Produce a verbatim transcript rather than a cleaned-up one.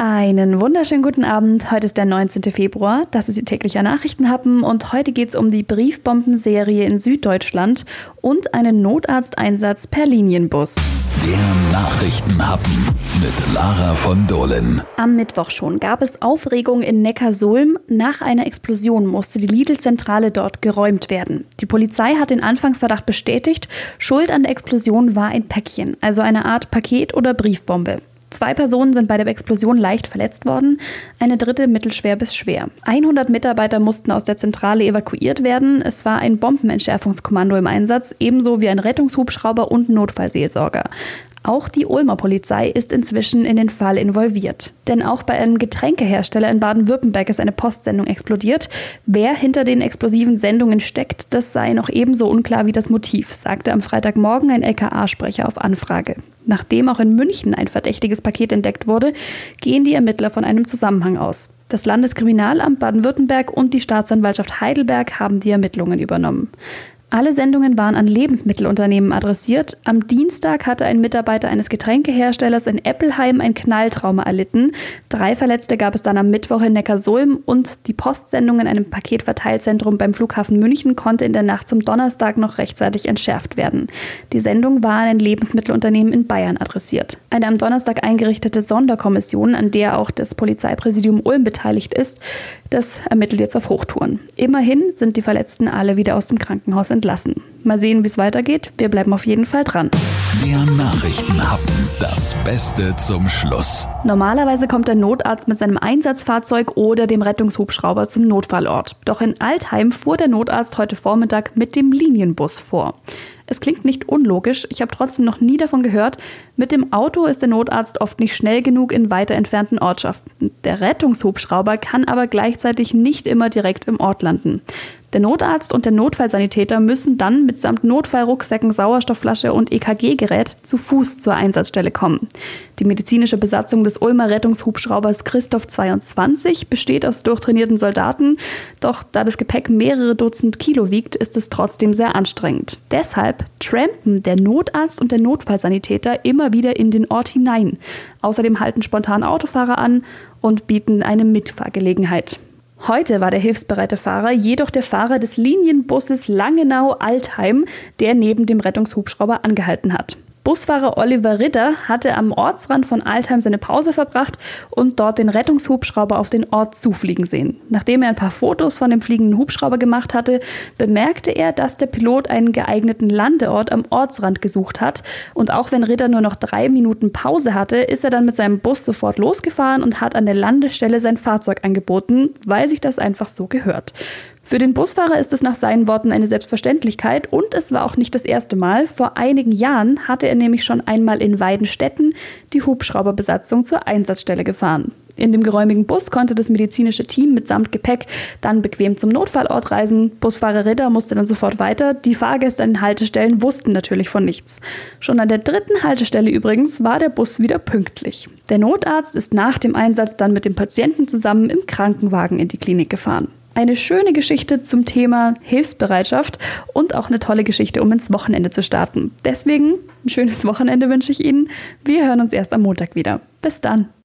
Einen wunderschönen guten Abend. Heute ist der neunzehnten Februar. Das ist Ihr täglicher Nachrichtenhappen und heute geht es um die Briefbombenserie in Süddeutschland und einen Notarzteinsatz per Linienbus. Der Nachrichtenhappen mit Lara von Dohlen. Am Mittwoch schon gab es Aufregung in Neckarsulm. Nach einer Explosion musste die Lidl-Zentrale dort geräumt werden. Die Polizei hat den Anfangsverdacht bestätigt. Schuld an der Explosion war ein Päckchen, also eine Art Paket oder Briefbombe. Zwei Personen sind bei der Explosion leicht verletzt worden, eine dritte mittelschwer bis schwer. hundert Mitarbeiter mussten aus der Zentrale evakuiert werden. Es war ein Bombenentschärfungskommando im Einsatz, ebenso wie ein Rettungshubschrauber und Notfallseelsorger. Auch die Ulmer Polizei ist inzwischen in den Fall involviert. Denn auch bei einem Getränkehersteller in Baden-Württemberg ist eine Postsendung explodiert. Wer hinter den explosiven Sendungen steckt, das sei noch ebenso unklar wie das Motiv, sagte am Freitagmorgen ein L K A-Sprecher auf Anfrage. Nachdem auch in München ein verdächtiges Paket entdeckt wurde, gehen die Ermittler von einem Zusammenhang aus. Das Landeskriminalamt Baden-Württemberg und die Staatsanwaltschaft Heidelberg haben die Ermittlungen übernommen. Alle Sendungen waren an Lebensmittelunternehmen adressiert. Am Dienstag hatte ein Mitarbeiter eines Getränkeherstellers in Eppelheim ein Knalltrauma erlitten. Drei Verletzte gab es dann am Mittwoch in Neckarsulm und die Postsendung in einem Paketverteilzentrum beim Flughafen München konnte in der Nacht zum Donnerstag noch rechtzeitig entschärft werden. Die Sendung war an ein Lebensmittelunternehmen in Bayern adressiert. Eine am Donnerstag eingerichtete Sonderkommission, an der auch das Polizeipräsidium Ulm beteiligt ist, das ermittelt jetzt auf Hochtouren. Immerhin sind die Verletzten alle wieder aus dem Krankenhaus entlassen. Mal sehen, wie es weitergeht. Wir bleiben auf jeden Fall dran. Der Nachrichtenhappen. Das Beste zum Schluss. Normalerweise kommt der Notarzt mit seinem Einsatzfahrzeug oder dem Rettungshubschrauber zum Notfallort. Doch in Altheim fuhr der Notarzt heute Vormittag mit dem Linienbus vor. Es klingt nicht unlogisch, ich habe trotzdem noch nie davon gehört. Mit dem Auto ist der Notarzt oft nicht schnell genug in weiter entfernten Ortschaften. Der Rettungshubschrauber kann aber gleichzeitig nicht immer direkt im Ort landen. Der Notarzt und der Notfallsanitäter müssen dann mitsamt Notfallrucksäcken, Sauerstoffflasche und E K G-Gerät zu Fuß zur Einsatzstelle kommen. Die medizinische Besatzung des Ulmer Rettungshubschraubers Christoph zweiundzwanzig besteht aus durchtrainierten Soldaten, doch da das Gepäck mehrere Dutzend Kilo wiegt, ist es trotzdem sehr anstrengend. Deshalb trampen der Notarzt und der Notfallsanitäter immer wieder in den Ort hinein. Außerdem halten spontan Autofahrer an und bieten eine Mitfahrgelegenheit. Heute war der hilfsbereite Fahrer jedoch der Fahrer des Linienbusses Langenau-Altheim, der neben dem Rettungshubschrauber angehalten hat. Busfahrer Oliver Ritter hatte am Ortsrand von Altheim seine Pause verbracht und dort den Rettungshubschrauber auf den Ort zufliegen sehen. Nachdem er ein paar Fotos von dem fliegenden Hubschrauber gemacht hatte, bemerkte er, dass der Pilot einen geeigneten Landeort am Ortsrand gesucht hat. Und auch wenn Ritter nur noch drei Minuten Pause hatte, ist er dann mit seinem Bus sofort losgefahren und hat an der Landestelle sein Fahrzeug angeboten, weil sich das einfach so gehört. Für den Busfahrer ist es nach seinen Worten eine Selbstverständlichkeit und es war auch nicht das erste Mal. Vor einigen Jahren hatte er nämlich schon einmal in Weidenstetten die Hubschrauberbesatzung zur Einsatzstelle gefahren. In dem geräumigen Bus konnte das medizinische Team mitsamt Gepäck dann bequem zum Notfallort reisen. Busfahrer Ritter musste dann sofort weiter. Die Fahrgäste an den Haltestellen wussten natürlich von nichts. Schon an der dritten Haltestelle übrigens war der Bus wieder pünktlich. Der Notarzt ist nach dem Einsatz dann mit dem Patienten zusammen im Krankenwagen in die Klinik gefahren. Eine schöne Geschichte zum Thema Hilfsbereitschaft und auch eine tolle Geschichte, um ins Wochenende zu starten. Deswegen ein schönes Wochenende wünsche ich Ihnen. Wir hören uns erst am Montag wieder. Bis dann.